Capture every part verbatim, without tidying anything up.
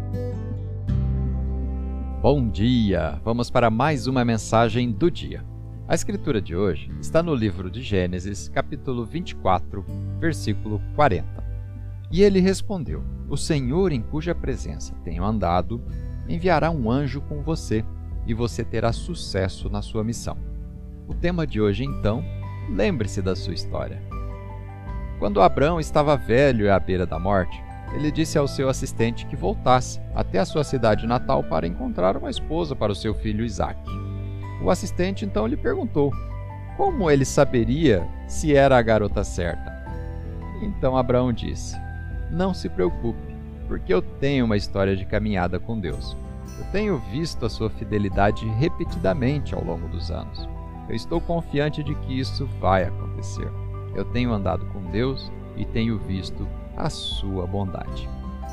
Bom dia! Vamos para mais uma mensagem do dia. A escritura de hoje está no livro de Gênesis, capítulo vinte e quatro, versículo quarenta. E ele respondeu: O Senhor em cuja presença tenho andado, enviará um anjo com você, e você terá sucesso na sua missão. O tema de hoje, então, lembre-se da sua história. Quando Abrão estava velho e à beira da morte, ele disse ao seu assistente que voltasse até a sua cidade natal para encontrar uma esposa para o seu filho Isaque. O assistente então lhe perguntou como ele saberia se era a garota certa. Então Abraão disse: Não se preocupe, porque eu tenho uma história de caminhada com Deus. Eu tenho visto a sua fidelidade repetidamente ao longo dos anos. Eu estou confiante de que isso vai acontecer. Eu tenho andado com Deus e tenho visto a sua bondade.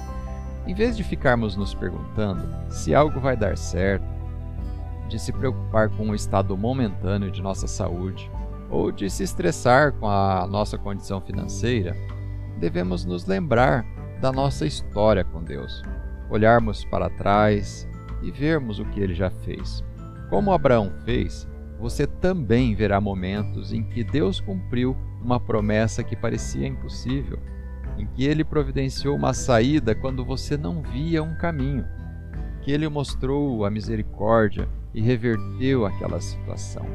Em vez de ficarmos nos perguntando se algo vai dar certo, de se preocupar com o estado momentâneo de nossa saúde ou de se estressar com a nossa condição financeira, devemos nos lembrar da nossa história com Deus, olharmos para trás e vermos o que Ele já fez. Como Abraão fez, você também verá momentos em que Deus cumpriu uma promessa que parecia impossível, em que Ele providenciou uma saída quando você não via um caminho, que Ele mostrou a misericórdia e reverteu aquela situação.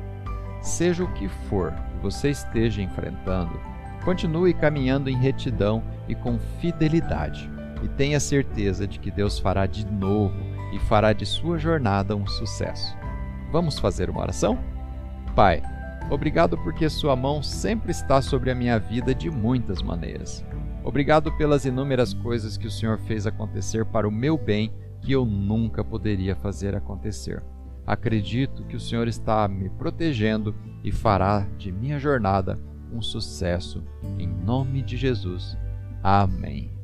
Seja o que for que você esteja enfrentando, continue caminhando em retidão e com fidelidade, e tenha certeza de que Deus fará de novo e fará de sua jornada um sucesso. Vamos fazer uma oração? Pai, obrigado porque sua mão sempre está sobre a minha vida de muitas maneiras. Obrigado pelas inúmeras coisas que o Senhor fez acontecer para o meu bem que eu nunca poderia fazer acontecer. Acredito que o Senhor está me protegendo e fará de minha jornada um sucesso. Em nome de Jesus. Amém.